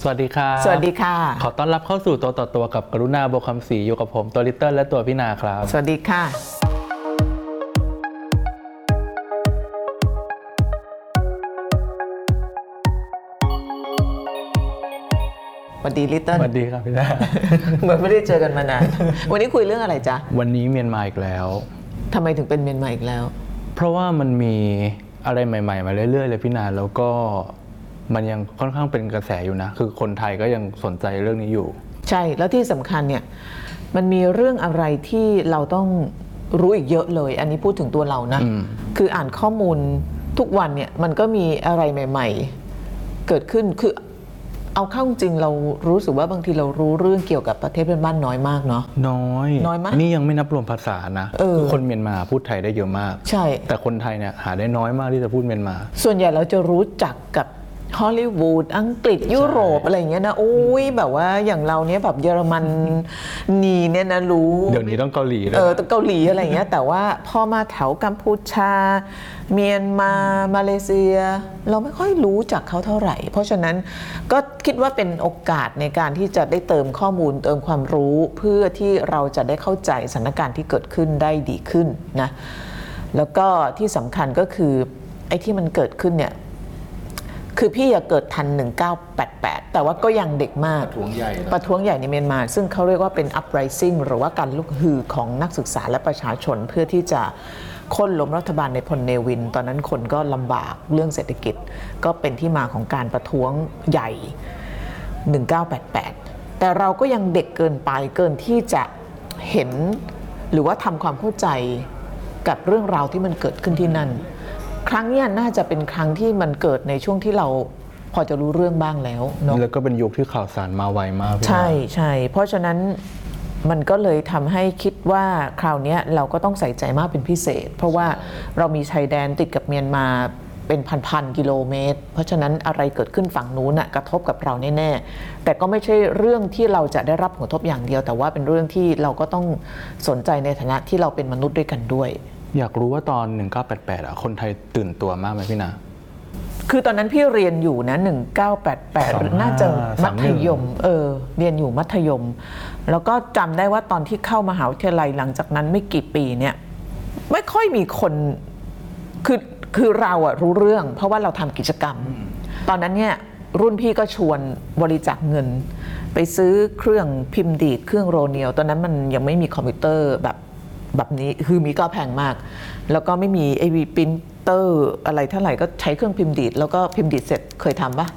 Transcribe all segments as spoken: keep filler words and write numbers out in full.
สวัสดีครับสวัสดีค่ะขอต้อนรับเข้าสู่ตัวต่อตัวกับกรุณาบัวคำศรีอยู่กับผมตัวลิตเติ้ลและตัวพี่นาครับสวัสดีค่ะสวัสดีลิตเติ้ลสวัสดีครับพี่นาเหมือนไม่ได้เจอกันมานานวันนี้คุยเรื่องอะไรจ๊ะวันนี้เมียนมาอีกแล้วทำไมถึงเป็นเมียนมาอีกแล้วเพราะว่ามันมีอะไรใหม่ๆมาเรื่อยๆเลยพี่นาแล้วก็มันยังค่อนข้างเป็นกระแสอยู่นะคือคนไทยก็ยังสนใจเรื่องนี้อยู่ใช่แล้วที่สำคัญเนี่ยมันมีเรื่องอะไรที่เราต้องรู้อีกเยอะเลยอันนี้พูดถึงตัวเรานะคืออ่านข้อมูลทุกวันเนี่ยมันก็มีอะไรใหม่ๆเกิดขึ้นคือเอาเข้าจริงเรารู้สึกว่าบางทีเรารู้เรื่องเกี่ยวกับประเทศเพื่อนบ้านน้อยมากเนาะน้อยน้อยมากนี่ยังไม่นับรวมภาษานะคือคนเมียนมาพูดไทยได้เยอะมากใช่แต่คนไทยเนี่ยหาได้น้อยมากที่จะพูดเมียนมาส่วนใหญ่เราจะรู้จักกับฮอลลีวูดอังกฤษยุโรปอะไรอย่างเงี้ยนะโอ้ยแบบว่าอย่างเราเนี้ยแบบเยอรมันนีเนี่ยนะรู้เดี๋ยวนี้ต้องเกาหลีเออต้องเกาหลีอะไรอย่างเงี้ยแต่ว่าพอมาแถวกัมพูชาเมียนมามาเลเซียเราไม่ค่อยรู้จักเขาเท่าไหร่เพราะฉะนั้นก็คิดว่าเป็นโอกาสในการที่จะได้เติมข้อมูลเติมความรู้เพื่อที่เราจะได้เข้าใจสถานการณ์ที่เกิดขึ้นได้ดีขึ้นนะแล้วก็ที่สำคัญก็คือไอ้ที่มันเกิดขึ้นเนี่ยคือพี่อยากเกิดทันหนึ่งเก้าแปดแปดแต่ว่าก็ยังเด็กมากประท้วงใหญ่ประท้วงใหญ่ในเมียนมาซึ่งเขาเรียกว่าเป็น uprising หรือว่าการลุกฮือของนักศึกษาและประชาชนเพื่อที่จะโค่นล้มรัฐบาลในพลเนวินตอนนั้นคนก็ลำบากเรื่องเศรษฐกิจก็เป็นที่มาของการประท้วงใหญ่หนึ่งเก้าแปดแปดแต่เราก็ยังเด็กเกินไปเกินที่จะเห็นหรือว่าทำความเข้าใจกับเรื่องราวที่มันเกิดขึ้นที่นั่นครั้งนี้น่าจะเป็นครั้งที่มันเกิดในช่วงที่เราพอจะรู้เรื่องบ้างแล้วเนาะแล้วก็เป็นยุคที่ข่าวสารมาไวมากใช่ใช่เพราะฉะนั้นมันก็เลยทำให้คิดว่าคราวนี้เราก็ต้องใส่ใจมากเป็นพิเศษเพราะว่าเรามีชายแดนติดกับเมียนมาเป็นพันๆกิโลเมตรเพราะฉะนั้นอะไรเกิดขึ้นฝั่งนู้นน่ะกระทบกับเราแน่ๆแต่ก็ไม่ใช่เรื่องที่เราจะได้รับผลกระทบอย่างเดียวแต่ว่าเป็นเรื่องที่เราก็ต้องสนใจในฐานะที่เราเป็นมนุษย์ด้วยกันด้วยอยากรู้ว่าตอนหนึ่งเก้าแปดแปดอ่ะคนไทยตื่นตัวมากไหมพี่นาคือตอนนั้นพี่เรียนอยู่นะหนึ่งเก้าแปดแปดน่าจะมัธยมเออเรียนอยู่มัธยมแล้วก็จำได้ว่าตอนที่เข้ามหาวิทยาลัยหลังจากนั้นไม่กี่ปีเนี่ยไม่ค่อยมีคนคือคือเราอะรู้เรื่องเพราะว่าเราทำกิจกรรมตอนนั้นเนี่ยรุ่นพี่ก็ชวนบริจาคเงินไปซื้อเครื่องพิมพ์ดีดเครื่องโรเนียลตอนนั้นมันยังไม่มีคอมพิวเตอร์แบบแบบนี้คือมีก็แพงมากแล้วก็ไม่มีไอวีปรินเตอร์อะไรเท่าไหร่ก็ใช้เครื่องพิมพ์ดีดแล้วก็พิมพ์ดีดเสร็จเคยทำปะ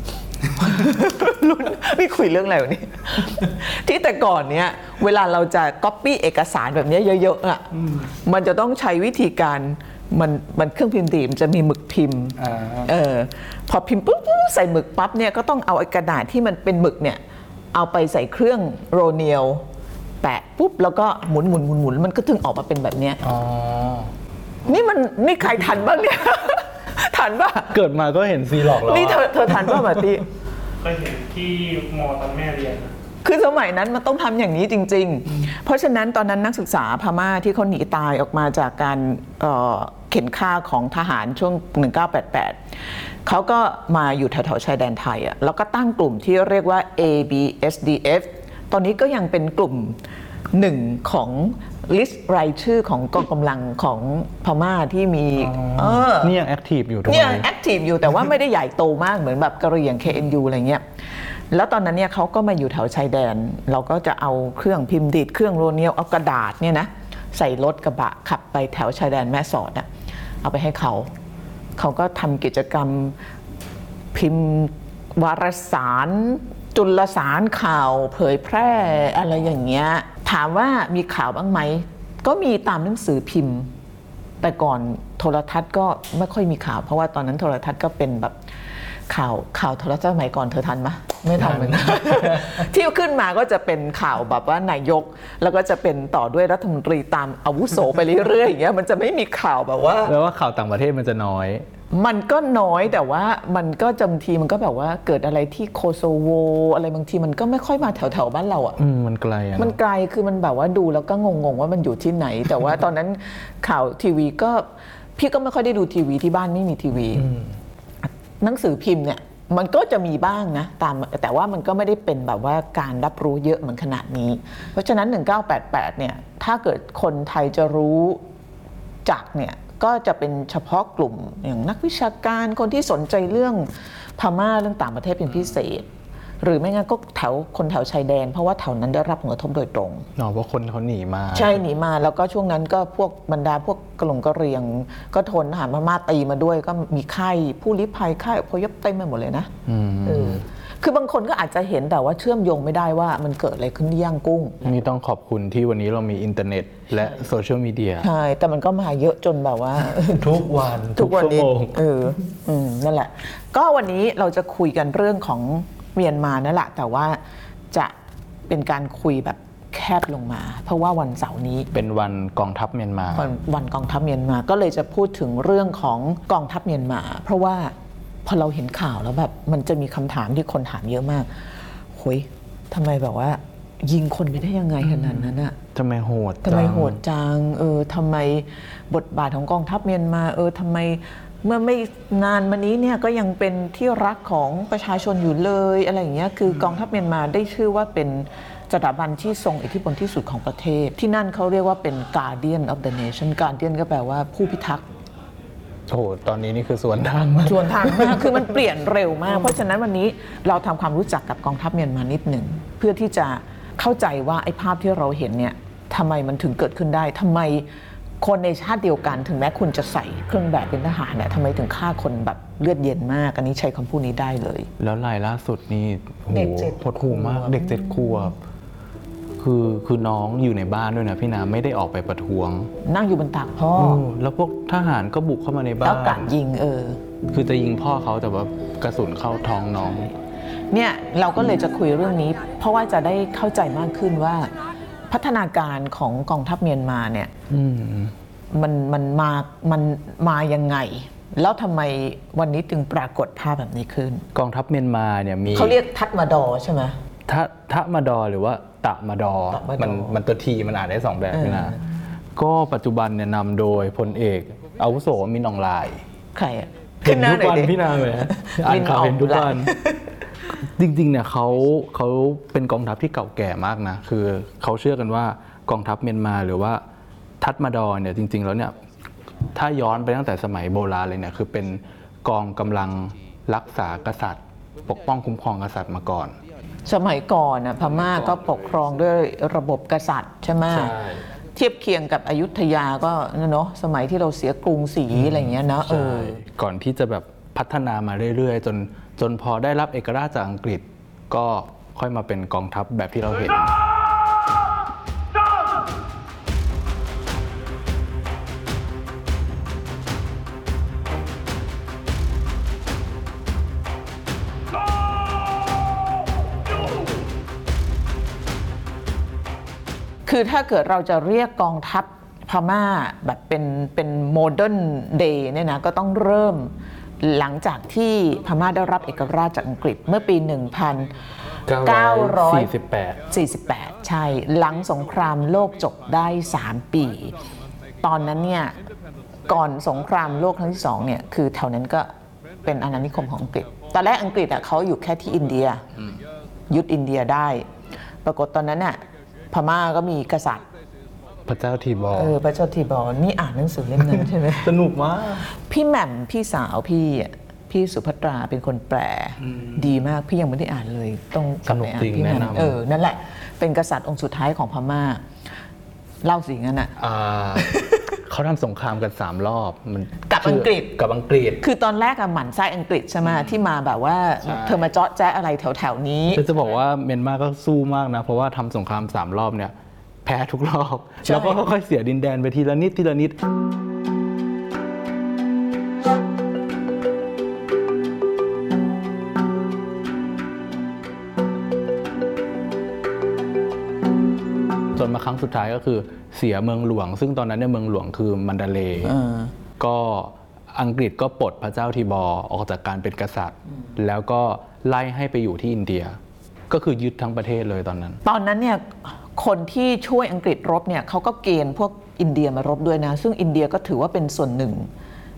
รุ่นไม่คุยเรื่องอะไรวะนี่ ที่แต่ก่อนเนี้ยเวลาเราจะก๊อปปี้เอกสารแบบนี้เยอะๆอ่ะมันจะต้องใช้วิธีการมันมันเครื่องพิมพ์ดีดมันจะมีหมึกพิมพ์เออพอพิมพ์ปุ๊บใส่หมึกปั๊บเนี่ยก็ต้องเอาไอ้กระดาษที่มันเป็นหมึกเนี่ยเอาไปใส่เครื่องโรเนียลแปะปุ๊บแล้วก็หมุนหมุนหมุนหมุนมันก็ถึงออกมาเป็นแบบเนี้ยอ๋อนี่มันนี่ใครทันบ้างเนี่ยทันป่ะเกิดมาก็เห็นซีหลอกแล้วนี่เธอเธอทันป่ะมาตีเคยเห็นที่มอตอนแม่เรียนคือสมัยนั้นมันต้องทำอย่างนี้จริงๆเพราะฉะนั้นตอนนั้นนักศึกษาพม่าที่เขาหนีตายออกมาจากการเอ่อเข็นฆ่าของทหารช่วงหนึ่งเก้าแปดแปดเขาก็มาอยู่แถวๆชายแดนไทยอ่ะแล้วก็ตั้งกลุ่มที่เรียกว่า เอ บี เอส ดี เอฟ ตอนนี้ก็ยังเป็นกลุ่มหนึ่งของลิสต์รายชื่อของกองกำลังของพม่าที่มีเออนี่ยังแอคทีฟอยู่นี่ยังแอคทีฟอยู่แต่ว่าไม่ได้ใหญ่โตมากเหมือนแบบกะเหรี่ยง เค เอ็น ยู อะไรเงี้ยแล้วตอนนั้นเนี่ยเขาก็มาอยู่แถวชายแดนเราก็จะเอาเครื่องพิมพ์ดีดเครื่องโรเนียลเอากระดาษเนี่ยนะใส่รถกระบะขับไปแถวชายแดนแม่สอดอะเอาไปให้เขาเขาก็ทำกิจกรรมพิมพ์วารสารจุลสารข่าวเผยแพร่อะไรอย่างเงี้ยถามว่ามีข่าวบ้างไหมก็มีตามหนังสือพิมพ์แต่ก่อนโทรทัศน์ก็ไม่ค่อยมีข่าวเพราะว่าตอนนั้นโทรทัศน์ก็เป็นแบบข่าวข่าวโทรทัศน์สมัยก่อนเธอทันไหมไม่ทันเหมือนกันที่ขึ้นมาก็จะเป็นข่าวแบบว่านายกแล้วก็จะเป็นต่อด้วยรัฐมนตรีตามอาวุโสไปเรื่อยๆอย่างเงี้ยมันจะไม่มีข่าวแบบว่าแล้วว่าข่าวต่างประเทศมันจะน้อยมันก็น้อยแต่ว่ามันก็จำทีมันก็แบบว่าเกิดอะไรที่โคโซโวอะไรบางทีมันก็ไม่ค่อยมาแถวๆบ้านเราอ่ะมันไกลอ่ะมันไกลคือมันแบบว่าดูแล้วก็งงๆว่ามันอยู่ที่ไหนแต่ว่าตอนนั้นข่าวทีวีก็พี่ก็ไม่ค่อยได้ดูทีวีที่บ้านไม่มีทีวีหนังสือพิมพ์เนี่ยมันก็จะมีบ้างนะตามแต่ว่ามันก็ไม่ได้เป็นแบบว่าการรับรู้เยอะเหมือนขนาดนี้เพราะฉะนั้นหนึ่งเก้าแปดแปดเนี่ยถ้าเกิดคนไทยจะรู้จักเนี่ยก็จะเป็นเฉพาะกลุ่มอย่างนักวิชาการคนที่สนใจเรื่องพม่าเรื่องต่างประเทศเป็นพิเศษหรือไม่งั้นก็แถวคนแถวชายแดนเพราะว่าแถวนั้นได้รับผลกระทบโดยตรงเนาะเพราะคนเขาหนีมาใช่หนีมาแล้วก็ช่วงนั้นก็พวกบรรดาพวกกลุ่มกะเหรี่ยงก็ทนทหารพม่าตีมาด้วยก็มีค่ายผู้ลี้ภัยค่ายอพยพเต็มไปหมดเลยนะเออคือบางคนก็อาจจะเห็นแต่ว่าเชื่อมโยงไม่ได้ว่ามันเกิดอะไรขึ้นที่ย่างกุ้งนี่ต้องขอบคุณที่วันนี้เรามีอินเทอร์เน็ตและโซเชียลมีเดียใช่แต่มันก็มาเยอะจนแบบว่าทุกวันทุกวันนี้เอออืมนั่นแหละก็วันนี้เราจะคุยกันเรื่องของเมียนมานั่นแหละแต่ว่าจะเป็นการคุยแบบแคบลงมาเพราะว่าวันเสาร์นี้เป็นวันกองทัพเมียนมาวันวันกองทัพเมียนมาก็เลยจะพูดถึงเรื่องของกองทัพเมียนมาเพราะว่าพอเราเห็นข่าวแล้วแบบมันจะมีคำถามที่คนถามเยอะมากโหยทำไมแบบว่ายิงคนไปได้ยังไงขนาดนั้นอะทำไมโหดทำไมโหดจังเออทำไมบทบาทของกองทัพเมียนมาเออทำไมเมื่อไม่นานมานี้เนี่ยก็ยังเป็นที่รักของประชาชนอยู่เลยอะไรอย่างเงี้ยคือกองทัพเมียนมาได้ชื่อว่าเป็นสถาบันที่ทรงอิทธิพลที่สุดของประเทศที่นั่นเขาเรียกว่าเป็น Guardian of the Nation Guardian ก็แปลว่าผู้พิทักษ์โอ้ตอนนี้นี่คือสวนทางมากสวนทางมากคือมันเปลี่ยนเร็วมากเพราะฉะนั้นวันนี้เราทำความรู้จักกับกองทัพเมียนมานิดหนึ่งเพื่อที่จะเข้าใจว่าไอ้ภาพที่เราเห็นเนี่ยทำไมมันถึงเกิดขึ้นได้ทำไมคนในชาติเดียวกันถึงแม้คุณจะใส่เครื่องแบบเป็นทหารเนี่ยทำไมถึงฆ่าคนแบบเลือดเย็นมากอันนี้ใช้คำพูดนี้ได้เลยแล้วรายล่าสุดนี่โหโหดหู่มากเด็กเจ็ดขวบคือคือน้องอยู่ในบ้านด้วยนะพี่นาไม่ได้ออกไปประท้วงนั่งอยู่บนตักพ่อแล้วพวกทหารก็บุกเข้ามาในบ้านแล้วกัดยิงเออคือจะยิงพ่อเขาแต่ว่ากระสุนเข้าท้องน้องเนี่ยเราก็เลยจะคุยเรื่องนี้เพราะว่าจะได้เข้าใจมากขึ้นว่าพัฒนาการของกองทัพเมียนมาเนี่ยมันมันมามันมายังไงแล้วทำไมวันนี้จึงปรากฏภาพแบบนี้ขึ้นกองทัพเมียนมาเนี่ยมีเขาเรียกทัตมาดอใช่ไหมทัทัมาดอหรือว่าตะมาดอมันมันตัวทีมันอ่านได้สองแบบนะก็ปัจจุบันเนี่ยนำโดยพลเอกอาวุโสมินอองไลน์ใครอ่ะเห็นทุกวันพี่นาเลยอ่านข่าวเห็นทุกวันจริงๆเนี่ยเขาเขาเป็นกองทัพที่เก่าแก่มากนะคือเขาเชื่อกันว่ากองทัพเมียนมาหรือว่าทัตมาดอเนี่ยจริงๆแล้วเนี่ยถ้าย้อนไปตั้งแต่สมัยโบราณเลยเนี่ยคือเป็นกองกำลังรักษากษัตริย์ปกป้องคุ้มครองกษัตริย์มาก่อนสมัยก่อนนะพม่าก็ปกครองด้วยระบบกษัตริย์ใช่ไหมเทียบเคียงกับอยุธยาก็เนาะสมัยที่เราเสียกรุงศรีอะไรเงี้ยนะเออก่อนที่จะแบบพัฒนามาเรื่อยๆจนจนพอได้รับเอกราชจากอังกฤษก็ค่อยมาเป็นกองทัพแบบที่เราเห็นคือถ้าเกิดเราจะเรียกกองทัพพม่าแบบเป็นเป็นโมเดิร์นเดย์เนี่ยนะก็ต้องเริ่มหลังจากที่พม่าได้รับเอกราชจากอังกฤษเมื่อปี หนึ่งพันเก้าร้อยสี่สิบแปด ใช่หลังสงครามโลกจบได้สามปีตอนนั้นเนี่ยก่อนสงครามโลกครั้งที่สองเนี่ยคือแถวนั้นก็เป็นอาณานิคมของอังกฤษตอนแรกอังกฤษอ่ะเขาอยู่แค่ที่อินเดียยึดอินเดียได้ปรากฏตอนนั้นน่ะพม่าก็มีกษัตริย์พระเจ้าทีบอร์เออพระเจ้าทีบอร์นี่อ่านหนังสือเล่มนั้นใช่ไหมสนุกมากพี่แหม่มพี่สาวพี่พี่สุภัตราเป็นคนแปลดีมากพี่ยังไม่ได้อ่านเลยต้องสนุกจริงแนะนำเออนั่นแหละเป็นกษัตริย์องค์สุดท้ายของพม่าเล่าสิงั้นอ่ะเขาทำสงครามกันสามรอบมันกับอังกฤษกับอังกฤษคือตอนแรกอะหมั่นไส้อังกฤษใช่ไหมที่มาแบบว่าเธอมาเจาะแจ๊ะอะไรแถวแถวนี้จะบอกว่าเมียนมาก็สู้มากนะเพราะว่าทำสงครามสามรอบเนี่ยแพ้ทุกรอบแล้วก็ค่อยๆเสียดินแดนไปทีละนิดทีละนิดจนมาครั้งสุดท้ายก็คือเสียเมืองหลวงซึ่งตอนนั้นเนี่ยเมืองหลวงคือมันดาเลย์ก็อังกฤษก็ปลดพระเจ้าทีบอร์ออกจากการเป็นกษัตริย์แล้วก็ไล่ให้ไปอยู่ที่อินเดียก็คือยึดทั้งประเทศเลยตอนนั้นตอนนั้นเนี่ยคนที่ช่วยอังกฤษรบเนี่ยเขาก็เกณฑ์พวกอินเดียมารบด้วยนะซึ่งอินเดียก็ถือว่าเป็นส่วนหนึ่ง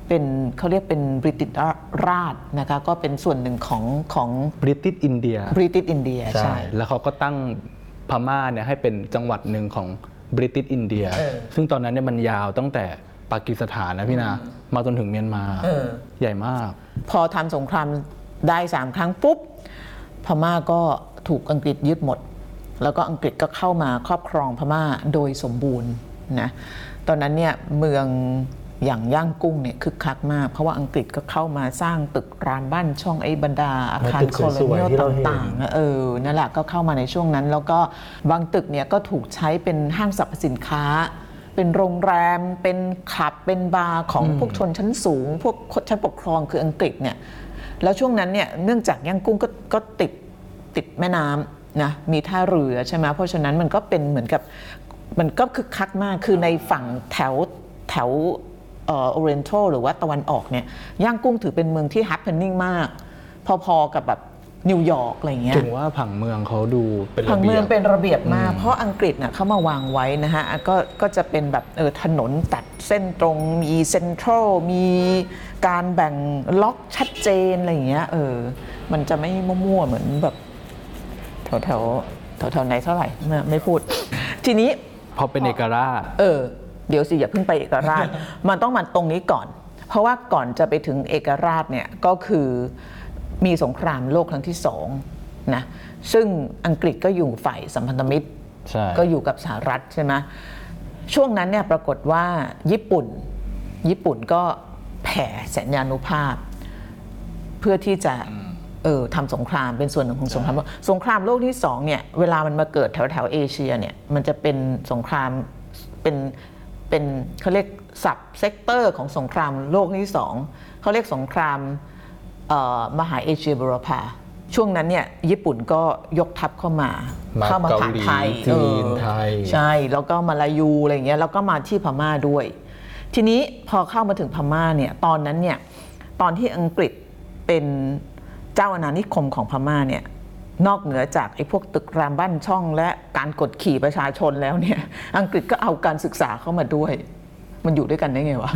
เป็นเขาเรียกเป็นบริติชราชนะคะก็เป็นส่วนหนึ่งของของ British India บริติชอินเดียใช่แล้วเขาก็ตั้งพม่าเนี่ยให้เป็นจังหวัดหนึ่งของ British India ซึ่งตอนนั้นเนี่ยมันยาวตั้งแต่ปากีสถานนะพี่นามาจนถึงเมียนมาใหญ่มากพอทำสงครามได้สามครั้งปุ๊บพม่าก็ถูกอังกฤษยึดหมดแล้วก็อังกฤษก็เข้ามาครอบครองพม่าโดยสมบูรณ์นะตอนนั้นเนี่ยเมืองอย่างย่างกุ้งเนี่ยคึกคักมากเพราะว่าอังกฤษก็เข้ามาสร้างตึกรามบ้านช่องไอ้บรรดาอาคารโคโลเนียลต่างๆเออนั่นแหละก็เข้ามาในช่วงนั้นแล้วก็บางตึกเนี่ยก็ถูกใช้เป็นห้างสรรพสินค้าเป็นโรงแรมเป็นคลับเป็นบาร์ของพวกชนชั้นสูงพวกชั้นปกครองคืออังกฤษเนี่ยแล้วช่วงนั้นเนี่ยเนื่องจากย่างกุ้งก็ก็ติดติดแม่น้ำนะมีท่าเรือใช่ไหมเพราะฉะนั้นมันก็เป็นเหมือนกับมันก็คึกคักมากคือในฝั่งแถวแถวเอ่อ Oriental หรือว่าตะวันออกเนี่ยย่างกุ้งถือเป็นเมืองที่ happening มากพอๆกับแบบนิวยอร์กอะไรเงี้ยถึงว่าผังเมืองเขาดูเป็นระเบียบผังเมืองเป็นระเบียบมากเพราะอังกฤษน่ะเขามาวางไว้นะฮะก็ก็จะเป็นแบบเออถนนตัดเส้นตรงมีเซ็นทรัลมีการแบ่งล็อกชัดเจนอะไรอย่างเงี้ยเออมันจะไม่มั่วๆเหมือนแบบแถวแถวแถวแถวไหนเท่าไหร่ไม่ไม่พูดทีนี้พอเป็นเอกราชเออเดี๋ยวสิอย่าเพิ่งไปเอกราช มันต้องมาตรงนี้ก่อนเพราะว่าก่อนจะไปถึงเอกราชเนี่ยก็คือมีสงครามโลกครั้งที่สองนะซึ่งอังกฤษก็อยู่ฝ่ายสัมพันธมิตรก็อยู่กับสหรัฐใช่ไหมช่วงนั้นเนี่ยปรากฏว่าญี่ปุ่นญี่ปุ่นก็แผ่สัญญานุภาพเพื่อที่จะเออทำสงครามเป็นส่วนหนึ่งของสงครามสงครามโลกที่สองเนี่ยเวลามันมาเกิดแถวแถวเอเชียเนี่ยมันจะเป็นสงครามเป็นเป็นเขาเรียกสับเซกเตอร์ของสงครามโลกที่สองเขาเรียกสงครามมหาเอเชียบูรพาช่วงนั้นเนี่ยญี่ปุ่นก็ยกทัพเข้ามาเข้ามาผ่านไทยจีนไทยใช่แล้วก็มาลายูอะไรเงี้ยแล้วก็มาที่พม่าด้วยทีนี้พอเข้ามาถึงพม่าเนี่ยตอนนั้นเนี่ยตอนที่อังกฤษเป็นเจ้าอาณานิคมของพม่าเนี่ยนอกเหนือจากไอ้พวกตึกรามบ้านช่องและการกดขี่ประชาชนแล้วเนี่ยอังกฤษก็เอาการศึกษาเข้ามาด้วยมันอยู่ด้วยกันได้ไงวะ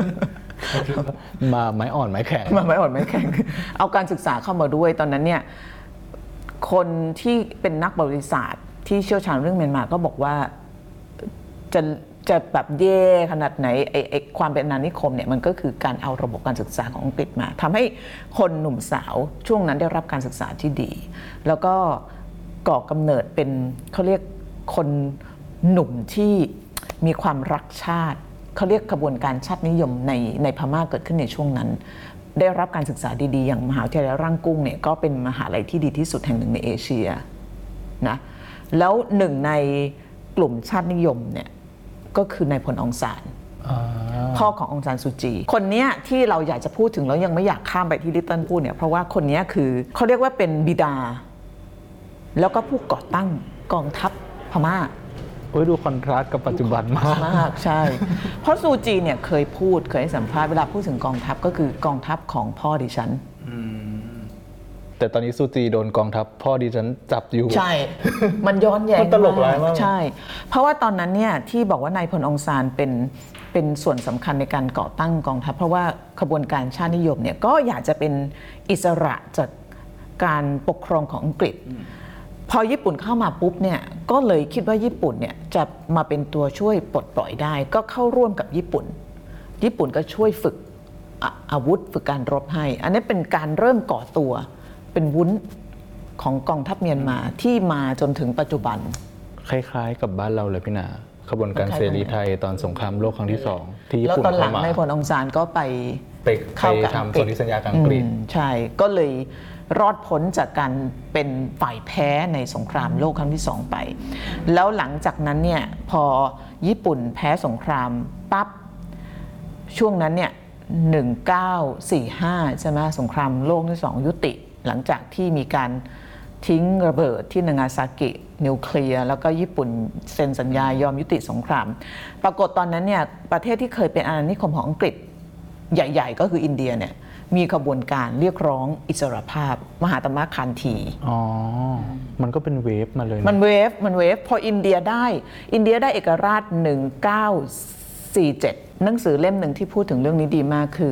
มาไม้อ่อนไม้แข็งมาไม้อ่อนไม้แข็งเอาการศึกษาเข้ามาด้วยตอนนั้นเนี่ยคนที่เป็นนักประวัติศาสตร์ที่เชี่ยวชาญเรื่องเมียนมาก็บอกว่าจะจะแบบเย่ขนาดไหนไอ้ไอ้ความเป็นอาณานิคมเนี่ยมันก็คือการเอาระบบการศึกษาของอังกฤษมาทำให้คนหนุ่มสาวช่วงนั้นได้รับการศึกษาที่ดีแล้วก็ก่อกำเนิดเป็นเขาเรียกคนหนุ่มที่มีความรักชาติเขาเรียกกระบวนการชาตินิยมในในพม่าเกิดขึ้นในช่วงนั้นได้รับการศึกษาดีๆอย่างมหาวิทยาลัยร่างกุ้งเนี่ยก็เป็นมหาลัยที่ดีที่สุดแห่งหนึ่งในเอเชียนะแล้วหนึ่งในกลุ่มชาตินิยมเนี่ยก็คือนายพลองซานพ่อขององซานซูจีคนนี้ที่เราอยากจะพูดถึงแล้วยังไม่อยากข้ามไปที่ลิตเติ้ลพูดเนี่ยเพราะว่าคนนี้คือเขาเรียกว่าเป็นบิดาแล้วก็ผู้ก่อตั้งกองทัพพม่าโอ้ยดูคอนทราสต์กับปัจจุบันมากมากใช่เพราะซูจีเนี่ยเคยพูดเคยให้สัมภาษณ์เวลาพูดถึงกองทัพก็คือกองทัพของพ่อดิฉันแต่ตอนนี้ซูจีโดนกองทัพพ่อดิฉันจับอยู่ใช่มันย้อนแย้งมันตลกร้ายมากใช่เพราะว่าตอนนั้นเนี่ยที่บอกว่านายพลองซานเป็นเป็นส่วนสำคัญในการก่อตั้งกองทัพเพราะว่าขบวนการชาตินิยมเนี่ยก็อยากจะเป็นอิสระจากการปกครองของอังกฤษพอญี่ปุ่นเข้ามาปุ๊บเนี่ยก็เลยคิดว่าญี่ปุ่นเนี่ยจะมาเป็นตัวช่วยปลดปล่อยได้ก็เข้าร่วมกับญี่ปุ่นญี่ปุ่นก็ช่วยฝึกอาวุธฝึกการรบให้อันนี้เป็นการเริ่มก่อตัวเป็นวุ้นของกองทัพเมียนมาที่มาจนถึงปัจจุบันคล้ายๆกับบ้านเราเลยพี่นาขบวนการเสรีไทยตอนสงครามโลกครั้งที่สองที่ญี่ปุ่นเข้ามาแล้วตอนหลังนายพลองซานก็ไปเข้ากับทำสนธิสัญญากับอังกฤษใช่ก็เลยรอดพ้นจากการเป็นฝ่ายแพ้ในสงครามโลกครั้งที่สองไปแล้วหลังจากนั้นเนี่ยพอญี่ปุ่นแพ้สงครามปั๊บช่วงนั้นเนี่ยหนึ่งเก้าสี่ห้าใช่ไหมสงครามโลกที่สองยุติหลังจากที่มีการทิ้งระเบิดที่นางาซากินิวเคลียร์แล้วก็ญี่ปุ่นเซ็นสัญญายอมยุติสงครามปรากฏตอนนั้นเนี่ยประเทศที่เคยเป็นอาณานิคมของอังกฤษใหญ่ๆก็คืออินเดียเนี่ยมีขบวนการเรียกร้องอิสรภาพมหาตมะคานธีอ๋อมันก็เป็นเวฟมาเลยมันเวฟมันเวฟพออินเดียได้อินเดียได้เอกราชหนึ่งเก้าสี่สิบเจ็ด หนังสือเล่มหนึ่งที่พูดถึงเรื่องนี้ดีมากคือ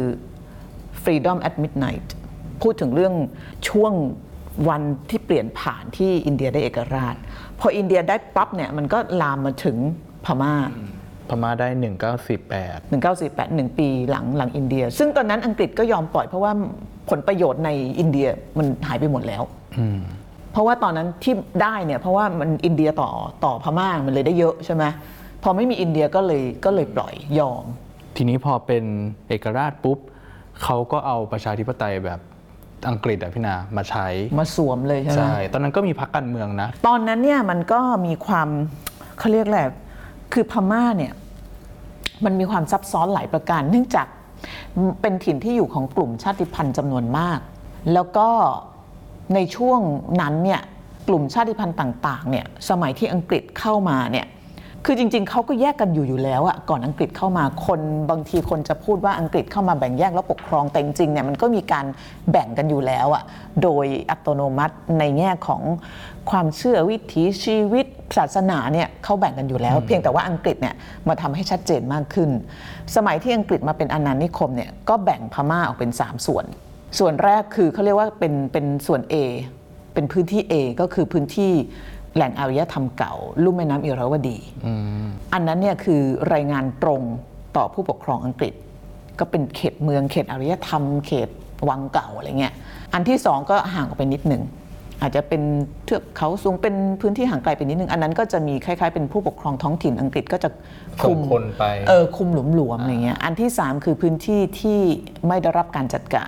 Freedom at Midnight พูดถึงเรื่องช่วงวันที่เปลี่ยนผ่านที่อินเดียได้เอกราชพออินเดียได้ปั๊บเนี่ยมันก็ลามมาถึงพม่าพม่าได้หนึ่งเก้าสี่แปดหนึ่งเก้าสี่แปด หนึ่งปีหลังหลังอินเดียซึ่งตอนนั้นอังกฤษก็ยอมปล่อยเพราะว่าผลประโยชน์ในอินเดียมันหายไปหมดแล้วเพราะว่าตอนนั้นที่ได้เนี่ยเพราะว่ามันอินเดียต่อต่อพม่ามันเลยได้เยอะใช่ไหมพอไม่มีอินเดียก็เลยก็เลยปล่อยยอมทีนี้พอเป็นเอกราชปุ๊บเขาก็เอาประชาธิปไตยแบบอังกฤษอะพี่นามาใช้มาสวมเลยใช่ไหมใช่ตอนนั้นก็มีพรรคการเมืองนะตอนนั้นเนี่ยมันก็มีความเขาเรียกแหละคือพม่าเนี่ยมันมีความซับซ้อนหลายประการเนื่องจากเป็นถิ่นที่อยู่ของกลุ่มชาติพันธุ์จำนวนมากแล้วก็ในช่วงนั้นเนี่ยกลุ่มชาติพันธุ์ต่างๆเนี่ยสมัยที่อังกฤษเข้ามาเนี่ยคือจริงๆเขาก็แยกกันอยู่อยู่แล้วอะก่อนอังกฤษเข้ามาคนบางทีคนจะพูดว่าอังกฤษเข้ามาแบ่งแยกแล้วปกครองแต่จริงๆเนี่ยมันก็มีการแบ่งกันอยู่แล้วอะโดยอัตโนมัติในแง่ของความเชื่อวิถีชีวิตศาสนาเนี่ยเขาแบ่งกันอยู่แล้วเพียงแต่ว่าอังกฤษเนี่ยมาทำให้ชัดเจนมากขึ้นสมัยที่อังกฤษมาเป็นอาณานิคมเนี่ยก็แบ่งพม่าออกเป็นสามส่วนส่วนแรกคือเขาเรียกว่าเป็นเป็นส่วน A เป็นพื้นที่ A ก็คือพื้นที่แหล่งอารยธรรมเก่าลุ่มแม่น้ำอิราวดี อ, อันนั้นเนี่ยคือรายงานตรงต่อผู้ปกครองอังกฤษก็เป็นเขตเมืองเขตอารยธรรมเขตวังเก่าอะไรเงี้ยอันที่สองก็ห่างออกไปนิดหนึ่งอาจจะเป็นเทือกเขาสูงเป็นพื้นที่ห่างไกลไปนิดนึงอันนั้นก็จะมีคล้ายๆเป็นผู้ปกครองท้องถิ่นอังกฤษก็จะคุมคนไปเออคุมหลวมๆอะไรเงี้ยอันที่สามคือพื้นที่ที่ไม่ได้รับการจัดการ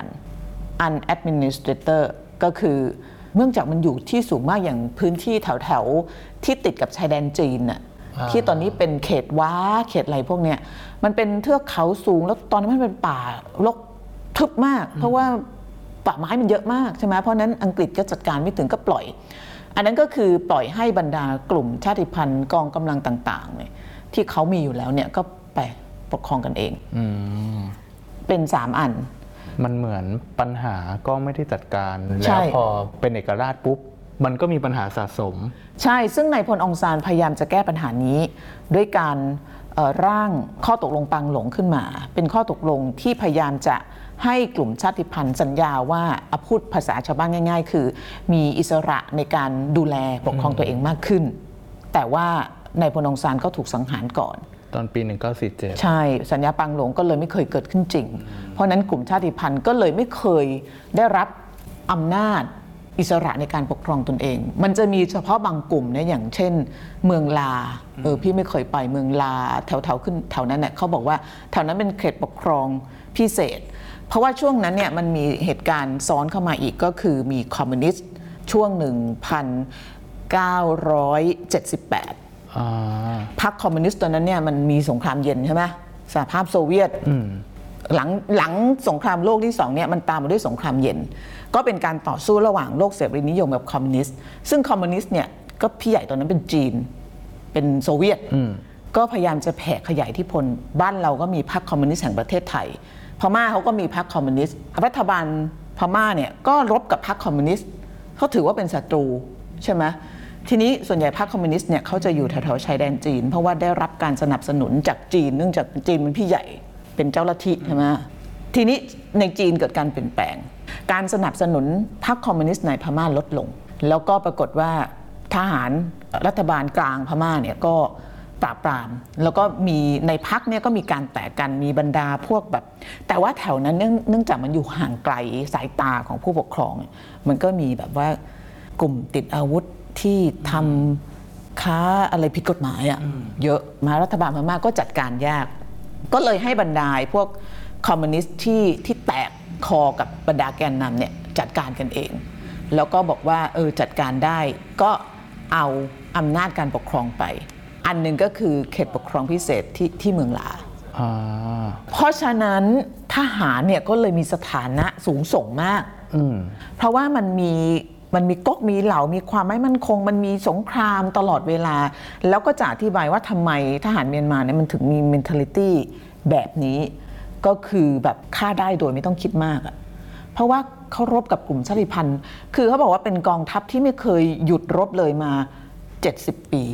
unadministrator ก็คือเนื่องจากมันอยู่ที่สูงมากอย่างพื้นที่แถวๆที่ติดกับชายแดนจีนน่ะที่ตอนนี้เป็นเขตว้าเขตอะไรพวกเนี้ยมันเป็นเทือกเขาสูงแล้วตอนนั้นมันเป็นป่ารกทึบมากเพราะว่าป่าไม้มันเยอะมากใช่ไหมเพราะนั้นอังกฤษก็จัดการไม่ถึงก็ปล่อยอันนั้นก็คือปล่อยให้บรรดากลุ่มชาติพันธุ์กองกำลังต่างๆเนี่ยที่เขามีอยู่แล้วเนี่ยก็ไปปกครองกันเองเป็นสามอันมันเหมือนปัญหาก็ไม่ได้จัดการแล้วพอเป็นเอกราชปุ๊บมันก็มีปัญหาสะสมใช่ซึ่งนายพลองซานพยายามจะแก้ปัญหานี้ด้วยการร่างข้อตกลงปังหลงขึ้นมาเป็นข้อตกลงที่พยายามจะให้กลุ่มชาติพันธุ์สัญญาว่าพูดภาษาชาวบ้านง่ายๆคือมีอิสระในการดูแลปกครองตัวเองมากขึ้นแต่ว่านายพลองซานก็ถูกสังหารก่อนตอนปีหนึ่งเก้าสี่เจ็ดใช่สัญญาปังหลงก็เลยไม่เคยเกิดขึ้นจริงเพราะนั้นกลุ่มชาติพันธุ์ก็เลยไม่เคยได้รับอำนาจอิสระในการปกครองตนเองมันจะมีเฉพาะบางกลุ่มเนี่ยอย่างเช่นเมืองลาเออพี่ไม่เคยไปเมืองลาแถวๆขึ้นแถวนั้นเนี่ยเขาบอกว่าแถวนั้นเป็นเขตปกครองพิเศษเพราะว่าช่วงนั้นเนี่ยมันมีเหตุการณ์ซ้อนเข้ามาอีกก็คือมีคอมมิวนิสต์ช่วงหนึ่งพันเก้าร้อยเจ็ดสิบแปดพรรคคอมมิวนิสต์ตอนนั้นเนี่ยมันมีสงครามเย็นใช่ไหมสหภาพโซเวียตหลังหลังสงครามโลกที่สองเนี่ยมันตามมาด้วยสงครามเย็นก็เป็นการต่อสู้ระหว่างโลกเสรีนิยมกับคอมมิวนิสต์ซึ่งคอมมิวนิสต์เนี่ยก็พี่ใหญ่ตอนนั้นเป็นจีนเป็นโซเวียตก็พยายามจะแผ่ขยายอิทธิพลบ้านเราก็มีพรรคคอมมิวนิสต์แห่งประเทศไทยพม่าเขาก็มีพรรคคอมมิวนิสต์รัฐบาลพม่าเนี่ยก็รบกับพรรคคอมมิวนิสต์เขาถือว่าเป็นศัตรูใช่ไหมทีนี้ส่วนใหญ่พรรคคอมมิวนิสต์เนี่ยเขาจะอยู่แถวๆชายแดนจีนเพราะว่าได้รับการสนับสนุนจากจีนเนื่องจากจีนเป็นพี่ใหญ่เป็นเจ้าลัทธิใช่ไหมทีนี้ในจีนเกิดการเปลี่ยนแปลงการสนับสนุนพรรคคอมมิวนิสต์ในพม่าลดลงแล้วก็ปรากฏว่าทหารรัฐบาลกลางพม่าเนี่ยก็ปราบปรามแล้วก็มีในพรรคเนี่ยก็มีการแตกกันมีบรรดาพวกแบบแต่ว่าแถวนั้นเนื่องเนื่องจากมันอยู่ห่างไกลสายตาของผู้ปกครองมันก็มีแบบว่ากลุ่มติดอาวุธที่ทำค้าอะไรผิดกฎหมายอ่ะเยอะมารัฐบาลพม่าก็จัดการยากก็เลยให้บรรดาพวกคอมมิวนิสต์ที่ที่แตกคอกับบรรดาแกนนำเนี่ยจัดการกันเองแล้วก็บอกว่าเออจัดการได้ก็เอาอำนาจการปกครองไปอันหนึ่งก็คือเขตปกครองพิเศษที่ที่เมืองลาเพราะฉะนั้นทหารเนี่ยก็เลยมีสถานะสูงส่งมากเพราะว่ามันมีมันมีก๊กมีเหล่ามีความไม่มั่นคงมันมีสงครามตลอดเวลาแล้วก็จะอธิบายว่าทำไมทหารเมียนมาเนี่ยมันถึงมี mentality แบบนี้ก็คือแบบฆ่าได้โดยไม่ต้องคิดมากอ่ะเพราะว่าเขารบกับกลุ่มชาติพันธุ์คือเขาบอกว่าเป็นกองทัพที่ไม่เคยหยุดรบเลยมาเจ็ดสิบปี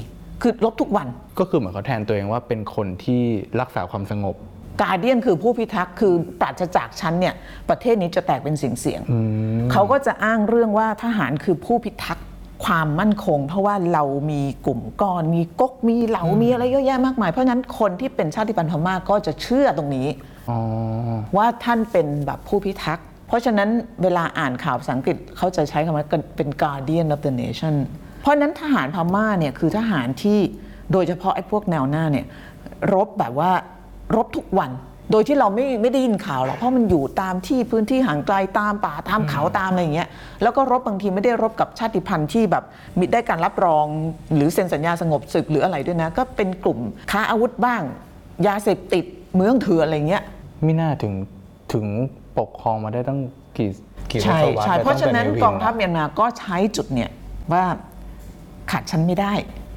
คือรบทุกวันก็คือเหมือนเขาแทนตัวเองว่าเป็นคนที่รักษาความสงบการเดียนคือผู้พิทักษ์คือปราศจากฉันเนี่ยประเทศนี้จะแตกเป็นสิ่งเสี่ยงเขาก็จะอ้างเรื่องว่าทหารคือผู้พิทักษ์ความมั่นคงเพราะว่าเรามีกลุ่มก้อนมีก๊กมีเหลามีอะไรเยอะแยะมากมายเพราะฉะนั้นคนที่เป็นชาติพันธุ์พม่าก็จะเชื่อตรงนี้ว่าท่านเป็นแบบผู้พิทักษ์เพราะฉะนั้นเวลาอ่านข่าวภาษาอังกฤษเขาจะใช้คำว่าเป็น Guardian of the Nation เพราะนั้นทหารพม่าเนี่ยคือทหารที่โดยเฉพาะไอ้พวกแนวหน้าเนี่ยรบแบบว่ารบทุกวันโดยที่เราไม่ไม่ได้ยินข่าวหรอกเพราะมันอยู่ตามที่พื้นที่ห่างไกลตามป่าตามเขาตามอะไรอย่างเงี้ยแล้วก็รบบางทีไม่ได้รบกับชาติพันธุ์ที่แบบมีได้การรับรองหรือเซ็นสัญญาสงบศึกหรืออะไรด้วยนะก็เป็นกลุ่มค้าอาวุธบ้างยาเสพติดเมืองเถื่อนอะไรเงี้ยไม่น่าถึงถึงปกครองมาได้ตั้งกี่กี่ใช่ใช่เพราะฉะนั้นกองทัพเมียนมาก็ใช้จุดเนี่ยว่าขาดฉันไม่ได้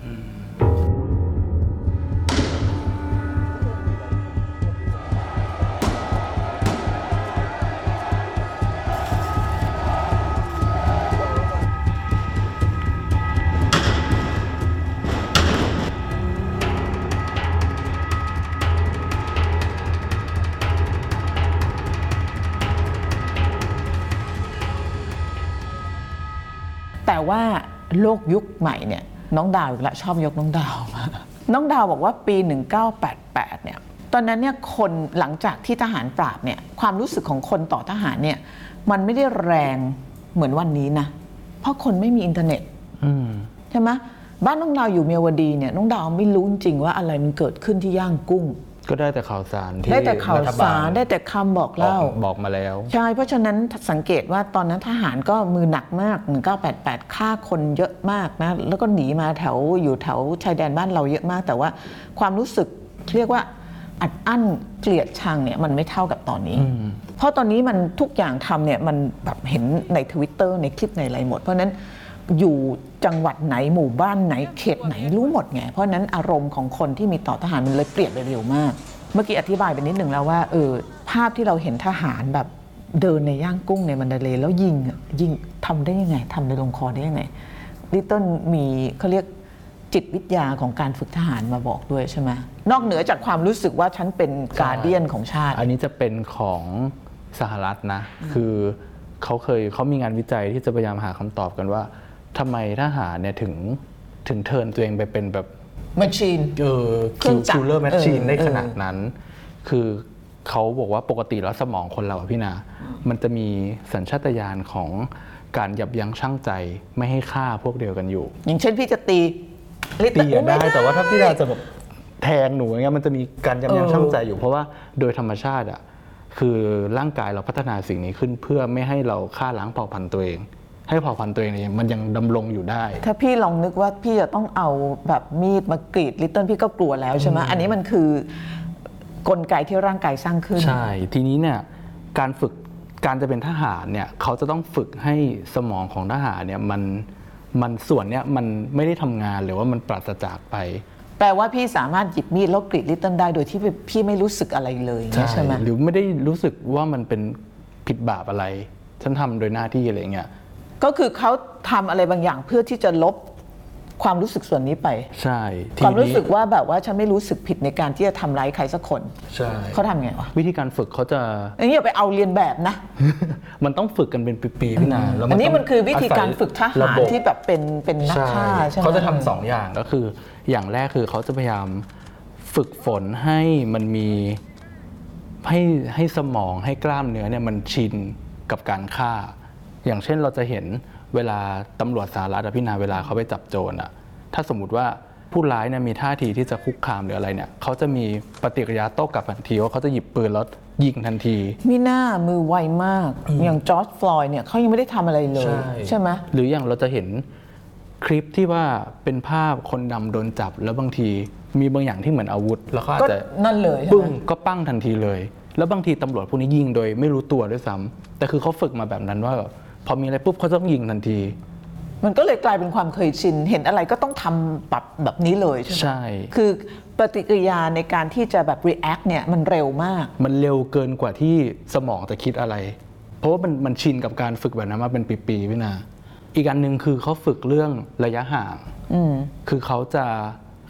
แต่ว่าโลกยุคใหม่เนี่ยน้องดาวอีกแล้วชอบยกน้องดาวมาน้องดาวบอกว่าปีหนึ่งเก้าแปดแปดเนี่ยตอนนั้นเนี่ยคนหลังจากที่ทหารปราบเนี่ยความรู้สึกของคนต่อทหารเนี่ยมันไม่ได้แรงเหมือนวันนี้นะเพราะคนไม่มีอินเทอร์เน็ตใช่ไหมบ้านน้องดาวอยู่เมียวดีเนี่ยน้องดาวไม่รู้จริงว่าอะไรมันเกิดขึ้นที่ย่างกุ้งก็ได้แต่ข่าวสารที่ได้แต่ข่าวสารได้แต่คำบอกเล่าบอกมาแล้วใช่เพราะฉะนั้นสังเกตว่าตอนนั้นทหารก็มือหนักมากหนึ่งเก้าแปดแปดฆ่าคนเยอะมากนะแล้วก็หนีมาแถวอยู่แถวชายแดนบ้านเราเยอะมากแต่ว่าความรู้สึกเรียกว่าอัดอั้นเกลียดชังเนี่ยมันไม่เท่ากับตอนนี้เพราะตอนนี้มันทุกอย่างทำเนี่ยมันแบบเห็นใน Twitter ในคลิปในอะไรหมดเพราะนั้นอยู่จังหวัดไหนหมู่บ้านไหนเขตไหนรู้หมดไงเพราะนั้นอารมณ์ของคนที่มีต่อทหารมันเลยเปลี่ยนไปเร็วมากเมื่อกี้อธิบายไปนิดหนึ่งแล้วว่าเออภาพที่เราเห็นทหารแบบเดินในย่างกุ้งในมันดาเลย์แล้วยิงยิงทำได้ยังไงทำในลงคอได้ยังไงลิตเติ้ลมีเขาเรียกจิตวิทยาของการฝึกทหารมาบอกด้วยใช่ไหมนอกเหนือจากความรู้สึกว่าฉันเป็นการ์เดียนของชาติอันนี้จะเป็นของสหรัฐนะคือเขาเคยเขามีงานวิจัยที่จะพยายามหาคำตอบกันว่าทำไมทหารเนี่ยถึงถึงเทิร์นตัวเองไปเป็นแบบแมชชีนเออคิวเลอร์แมชชีนได้ขนาดนั้นคือเขาบอกว่าปกติแล้วสมองคนเราพี่นามันจะมีสัญชาตญาณของการยับยั้งชั่งใจไม่ให้ฆ่าพวกเดียวกันอยู่อย่างเช่นพี่จะตีตีได้แต่ว่าถ้าพี่นาจะแบบแทงหนูอย่างเงี้ยมันจะมีการยับยั้งชั่งใจอยู่เพราะว่าโดยธรรมชาติอ่ะคือร่างกายเราพัฒนาสิ่งนี้ขึ้นเพื่อไม่ให้เราฆ่าล้างเผ่าพันธุ์ตัวเองให้เผ่าพันธุ์ตัวเองเนี่ยมันยังดำรงอยู่ได้ถ้าพี่ลองนึกว่าพี่จะต้องเอาแบบมีดมากรีดลิตเติ้ลพี่ก็กลัวแล้วใช่ไหมอันนี้มันคือกลไกที่ร่างกายสร้างขึ้นใช่ทีนี้เนี่ยการฝึกการจะเป็นทหารเนี่ยเขาจะต้องฝึกให้สมองของทหารเนี่ยมันมันส่วนเนี้ยมันไม่ได้ทำงานหรือว่ามันปราศจากไปแปลว่าพี่สามารถหยิบมีดแล้วกรีดลิตเติ้ลได้โดยที่พี่ไม่รู้สึกอะไรเลยใช่ไหมหรือไม่ได้รู้สึกว่ามันเป็นผิดบาปอะไรฉันทำโดยหน้าที่อะไรเงี้ยก็คือเขาทำอะไรบางอย่างเพื่อที่จะลบความรู้สึกส่วนนี้ไปใช่ความรู้สึกว่าแบบว่าฉันไม่รู้สึกผิดในการที่จะทำร้ายใครสักคนใช่เขาทำไงวะวิธีการฝึกเขาจะอันนี้อย่าไปเอาเรียนแบบนะมันต้องฝึกกันเป็นปีๆพี่นาอันนี้มันคือวิธีการฝึกทหารที่แบบเป็นเป็นนักฆ่าใช่ไหมเขาจะทำสองอย่างก็คืออย่างแรกคือเขาจะพยายามฝึกฝนให้มันมีให้ให้สมองให้กล้ามเนื้อเนี่ยมันชินกับการฆ่าอย่างเช่นเราจะเห็นเวลาตำรวจสหรัฐพี่นาเวลาเขาไปจับโจรอ่ะถ้าสมมุติว่าผู้ร้ายเนี่ยมีท่าทีที่จะคุกคามหรืออะไรเนี่ยเขาจะมีปฏิกิริยาโต้กลับทันทีว่าเขาจะหยิบปืนแล้วยิงทันทีมีหน้ามือไวมากอย่างจอร์จฟลอยด์เนี่ยเขายังไม่ได้ทำอะไรเลยใช่ไหมหรืออย่างเราจะเห็นคลิปที่ว่าเป็นภาพคนดำโดนจับแล้วบางทีมีบางอย่างที่เหมือนอาวุธแล้วก็อาจจะนั่นเลยปึ้งก็ปั้งทันทีเลยแล้วบางทีตำรวจพวกนี้ยิงโดยไม่รู้ตัวด้วยซ้ำแต่คือเขาฝึกมาแบบนั้นว่าพอมีอะไรปุ๊บเขาต้องยิงทันทีมันก็เลยกลายเป็นความเคยชินเห็นอะไรก็ต้องทำแบบแบบนี้เลยใช่ไหมใช่คือปฏิกิริยาในการที่จะแบบ react เนี่ยมันเร็วมากมันเร็วเกินกว่าที่สมองจะคิดอะไรเพราะว่ามันมันชินกับการฝึกแบบนั้นมาเป็นปีๆพี่นาอีกอันหนึ่งคือเขาฝึกเรื่องระยะห่างคือเขาจะ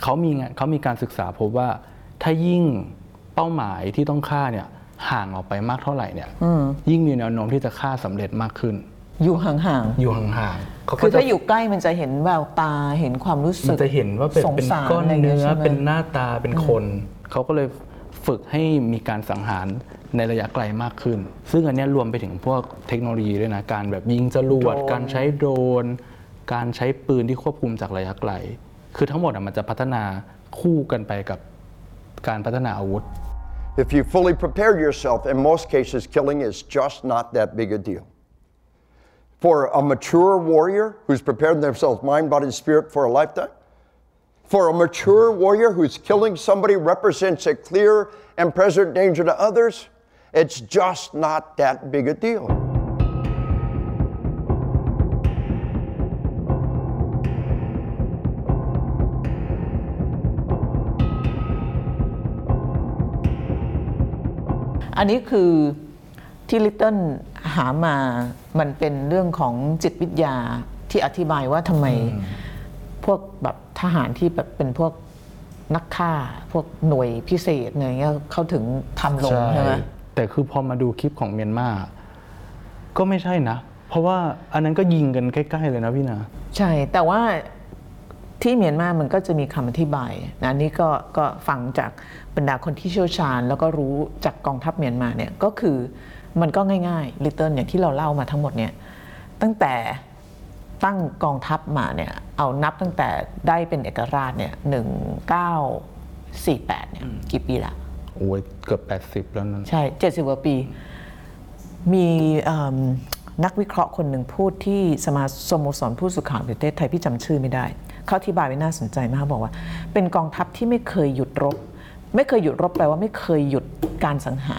เขามีเขามีการศึกษาพบว่าถ้ายิ่งเป้าหมายที่ต้องฆ่าเนี่ยห่างออกไปมากเท่าไหร่เนี่ยยิ่งมีแนวโน้มที่จะฆ่าสำเร็จมากขึ้นอยู่ห่างๆอยู่ห่างๆคือถ้าอยู่ใกล้มันจะเห็นแววตาเห็นความรู้สึกมันจะเห็นว่าเป็นเป็นก้อนเนื้อเป็นหน้าตาเป็นคนเขาก็เลยฝึกให้มีการสังหารในระยะไกลมากขึ้นซึ่งอันนี้รวมไปถึงพวกเทคโนโลยีด้วยนะการแบบยิงจรวดการใช้โดรนการใช้ปืนที่ควบคุมจากระยะไกลคือทั้งหมดมันจะพัฒนาคู่กันไปกับการพัฒนาอาวุธ If you fully prepare yourself, in most cases, killing is just not that big a deal. For a mature warrior who's prepared themselves mind, body, and spirit for a lifetime, for a mature warrior who's killing somebody represents a clear and present danger to others, it's just not that big a deal. อันนี้คือที่ลิตเติ้ลหามามันเป็นเรื่องของจิตวิทยาที่อธิบายว่าทำไมพวกแบบทหารที่แบบเป็นพวกนักฆ่าพวกหน่วยพิเศษอะไรเงี้ยเขาถึงทำลงใช่ไหมแต่คือพอมาดูคลิปของเมียนมาก็ไม่ใช่นะเพราะว่าอันนั้นก็ยิงกันใกล้ๆเลยนะพี่นาใช่แต่ว่าที่เมียนมามันก็จะมีคำอธิบายนะนี่ก็ก็ฟังจากบรรดาคนที่เชี่ยวชาญแล้วก็รู้จากกองทัพเมียนมาเนี่ยก็คือมันก็ง่ายๆลิตเติ้ลอย่างที่เราเล่ามาทั้งหมดเนี่ยตั้งแต่ตั้งกองทัพมาเนี่ยเอานับตั้งแต่ได้เป็นเอกราชเนี่ยหนึ่งเก้าสี่แปดเนี่ยกี่ปีละโอ้ยเกือบแปดสิบแล้วนั่นใช่เจ็ดสิบกว่าปีมีนักวิเคราะห์คนหนึ่งพูดที่สมาสโมสรผู้สื่อข่าวประเทศไทยพี่จำชื่อไม่ได้เขาอธิบายไว้น่าสนใจมากบอกว่าเป็นกองทัพที่ไม่เคยหยุดรบไม่เคยหยุดรบแปลว่าไม่เคยหยุดการสังหาร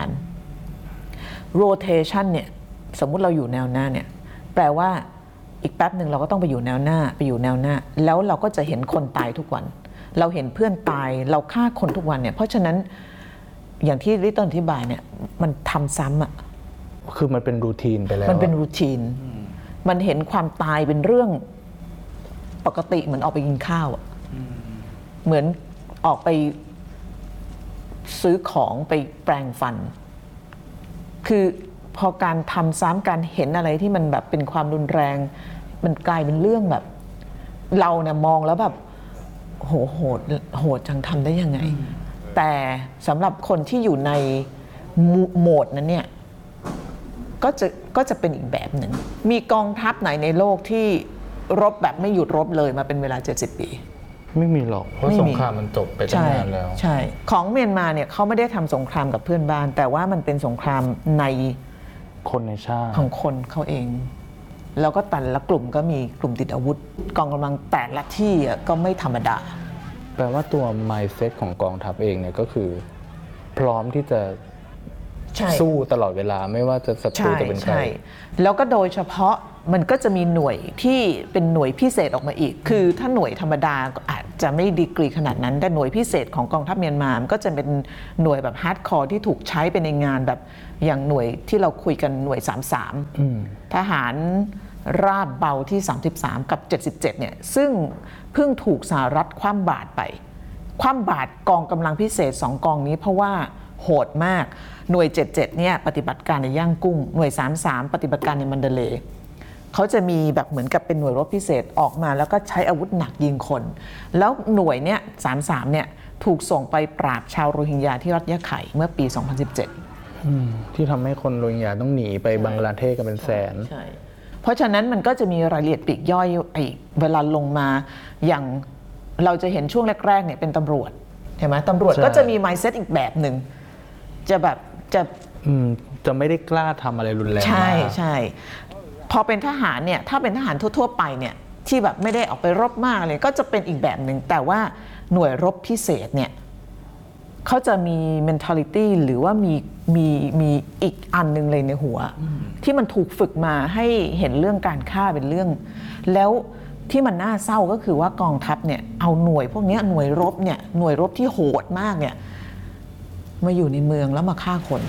rotation เนี่ยสมมุติเราอยู่แนวหน้าเนี่ยแปลว่าอีกแป๊บหนึ่งเราก็ต้องไปอยู่แนวหน้าไปอยู่แนวหน้าแล้วเราก็จะเห็นคนตายทุกวันเราเห็นเพื่อนตายเราฆ่าคนทุกวันเนี่ยเพราะฉะนั้นอย่างที่ลิตเติ้ลอธิบายเนี่ยมันทำซ้ำอ่ะคือมันเป็นรูทีนไปแล้วมันเป็นรูทีนมันเห็นความตายเป็นเรื่องปกติเหมือนออกไปกินข้าวอ่ะเหมือนออกไปซื้อของไปแปรงฟันคือพอการทำซ้ำการเห็นอะไรที่มันแบบเป็นความรุนแรงมันกลายเป็นเรื่องแบบเราเนี่ยมองแล้วแบบโหโหดโหดจังทำได้ยังไงแต่สำหรับคนที่อยู่ในโหมดนั้นเนี่ยก็จะก็จะเป็นอีกแบบหนึ่งมีกองทัพไหนในโลกที่รบแบบไม่หยุดรบเลยมาเป็นเวลาเจ็ดสิบปีไม่มีหรอกเพราะสงครามมันจบไปตั้งนานแล้วใช่ของเมียนมาเนี่ยเขาไม่ได้ทำสงครามกับเพื่อนบ้านแต่ว่ามันเป็นสงครามในคนในชาติของคนเขาเองแล้วก็แต่ละกลุ่มก็มีกลุ่มติดอาวุธกองกำลังแต่ละที่ก็ไม่ธรรมดาแปลว่าตัว mindset ของกองทัพเองเนี่ยก็คือพร้อมที่จะสู้ตลอดเวลาไม่ว่าจะศัตรูจะเป็นใครแล้วก็โดยเฉพาะมันก็จะมีหน่วยที่เป็นหน่วยพิเศษออกมาอีกคือถ้าหน่วยธรรมดาก็อาจจะไม่ดีกรีขนาดนั้นแต่หน่วยพิเศษของกองทัพเมียนมามันก็จะเป็นหน่วยแบบฮาร์ดคอร์ที่ถูกใช้ไปในงานแบบอย่างหน่วยที่เราคุยกันหน่วยสามสิบสามทหารราบเบาที่สามสิบสามกับเจ็ดสิบเจ็ดเนี่ยซึ่งเพิ่งถูกสหรัฐคว่ำบาตรไปคว่ำบาตรกองกำลังพิเศษสองกองนี้เพราะว่าโหดมากหน่วยเจ็ดสิบเจ็ดเนี่ยปฏิบัติการในย่างกุ้งหน่วยสามสิบสามปฏิบัติการในมันเดเลย์เขาจะมีแบบเหมือนกับเป็นหน่วยรบพิเศษออกมาแล้วก็ใช้อาวุธหนักยิงคนแล้วหน่วยเนี่ยสามสิบสามเนี่ยถูกส่งไปปราบชาวโรฮิงญาที่รัฐยะไข่เมื่อปีสองพันสิบเจ็ดที่ทำให้คนโรฮิงญาต้องหนีไปบังกลาเทศกันเป็นแสนใช่เพราะฉะนั้นมันก็จะมีรายละเอียดปลีกย่อยไอ้เวลาลงมาอย่างเราจะเห็นช่วงแรกๆเนี่ยเป็นตำรวจเห็นไหมตำรวจก็จะมี mindset อีกแบบหนึ่งจะแบบจะจะไม่ได้กล้าทำอะไรรุนแรงใช่ใช่พอเป็นทหารเนี่ยถ้าเป็นทหารทั่วๆไปเนี่ยที่แบบไม่ได้ออกไปรบมากเลยก็จะเป็นอีกแบบหนึ่งแต่ว่าหน่วยรบพิเศษเนี่ยเขาจะมี mentality หรือว่ามีมีมีอีกอันนึงเลยในหัวที่มันถูกฝึกมาให้เห็นเรื่องการฆ่าเป็นเรื่องแล้วที่มันน่าเศร้าก็คือว่ากองทัพเนี่ยเอาหน่วยพวกนี้หน่วยรบเนี่ยหน่วยรบที่โหดมากเนี่ยมาอยู่ในเมืองแล้วมาฆ่าคน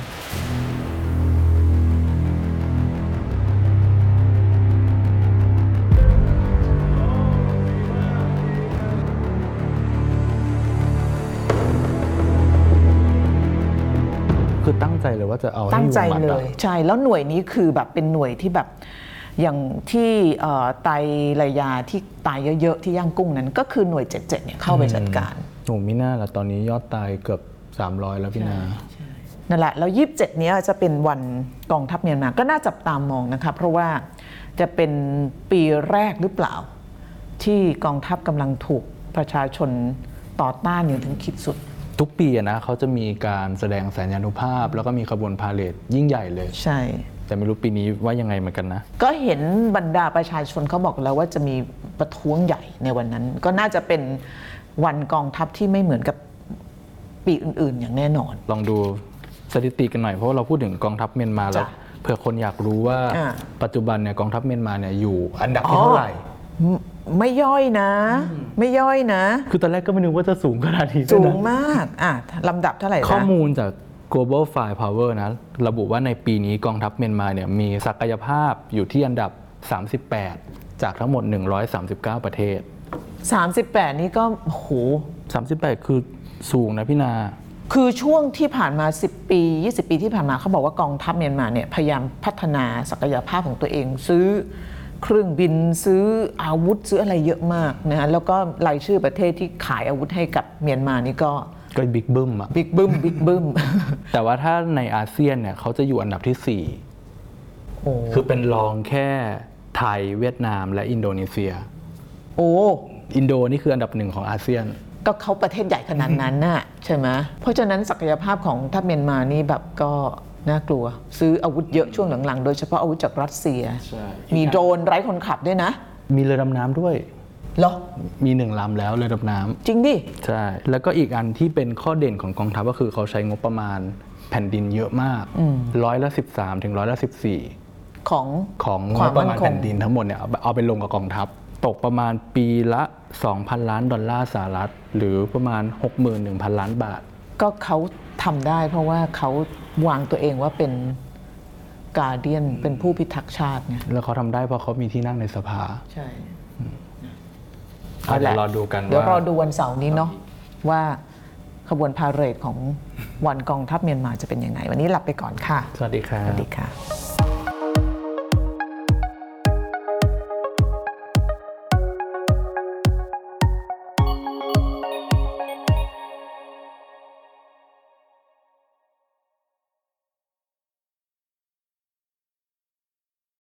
จะเอาให้ตั้งอยู่ใจหมัดเลอะยใช่แล้วหน่วยนี้คือแบบเป็นหน่วยที่แบบอย่างที่เอ่อไตรระยาที่ตายเยอะๆที่ย่างกุ้งนั้นก็คือหน่วยเจ็ดสิบเจ็ดเนี่ยเข้าไปจัดการโอ้มิน่าละตอนนี้ยอดตายเกือบสามร้อยแล้วพี่นานั่นแหละแล้วยี่สิบเจ็ดเนี้ยจะเป็นวันกองทัพเมียนมาก็น่าจับตามองนะคะเพราะว่าจะเป็นปีแรกหรือเปล่าที่กองทัพกำลังถูกประชาชนต่อต้านอย่างถึงขีดสุดทุกปีอะนะเขาจะมีการแสดงสัญญานุภาพ แล้วก็มีขบวนพาเหรดยิ่งใหญ่เลยใช่แต่ไม่รู้ปีนี้ว่ายังไงเหมือนกันนะก็เห็นบรรดาประชาชนเขาบอกแล้วว่าจะมีประท้วงใหญ่ในวันนั้น ก็น่าจะเป็นวันกองทัพที่ไม่เหมือนกับปีอื่นๆอย่างแน่นอนลองดูสถิติกันหน่อยเพราะว่าเราพูดถึงกองทัพเมียนมาแล้วจ้ะเผื่อคนอยากรู้ว่าอ่าปัจจุบันเนี่ยกองทัพเมียนมาเนี่ยอยู่อันดับที่เท่าไหร่ไม่ไม่ย่อยนะ ไม่ย่อยนะคือตอนแรกก็ไม่นึกว่าจะสูงขนาดนี้ด้วยสูนะงมากอ่ะลำดับเท่าไหร่นะข้อมูลจาก global firepower นะระบุว่าในปีนี้กองทัพเมียนมาเนี่ยมีศักยภาพอยู่ที่อันดับ สามสิบแปด จากทั้งหมด หนึ่งร้อยสามสิบเก้า ประเทศสามสิบแปดนี่ก็โอ้โหสามสิบแปด คือสูงนะพี่นาคือช่วงที่ผ่านมาสิบปียี่สิบปีที่ผ่านมาเขาบอกว่ากองทัพเมียนมาเนี่ยพยายามพัฒนาศักยภาพของตัวเอง ซื้อเครื่องบินซื้ออาวุธซื้ออะไรเยอะมากนะฮะแล้วก็รายชื่อประเทศที่ขายอาวุธให้กับเมียนมานี่ก็ก็บิ๊กบึ้มอะบิ๊กบึ้มบิ๊กบึ้มแต่ว่าถ้าในอาเซียนเนี่ยเขาจะอยู่อันดับที่สี่โอ้คือเป็นรองแค่ไทยเวียดนามและอินโดนีเซียโอ้อินโดนี่คืออันดับหนึ่งของอาเซียนก็เขาประเทศใหญ่ขนาดนั้นน่ะใช่ไหมเพราะฉะนั้นศักยภาพของทัพเมียนมานี่แบบก็น่ากลัว ซื้ออาวุธเยอะช่วงหลังๆ โดยเฉพาะอาวุธจากรัสเซียใช่มีโดรนไร้คนขับด้วยนะมีเรือดำน้ำด้วยเหรอมีหนึ่งลำแล้วเรือดำน้ำจริงดิใช่ แล้วก็อีกอันที่เป็นข้อเด่นของกองทัพก็คือเขาใช้งบประมาณแผ่นดินเยอะมากร้อยละสิบสามถึงร้อยละสิบสี่ของของงควบประมาณนคงแผ่นดินทั้งหมดเนี่ยเอาเอาไปลงกับกองทัพ ตกประมาณปีละ สองพัน ล้านดอลลาร์สหรัฐ หรือประมาณ หกหมื่นหนึ่งพัน ล้านบาทก็เขาทำได้เพราะว่าเขาวางตัวเองว่าเป็นการเดียนเป็นผู้พิทักษ์ชาติไงแล้วเขาทำได้เพราะเขามีที่นั่งในสภาใช่อ่ะเดี๋ยวรอดูกันเดี๋ยวว่ารอดูวันเสาร์นี้เนาะว่าขบวนพาเหรดของวันกองทัพเมียนมาจะเป็นยังไง วันนี้หลับไปก่อนค่ะสวัสดีครัสวับสดีค่ะ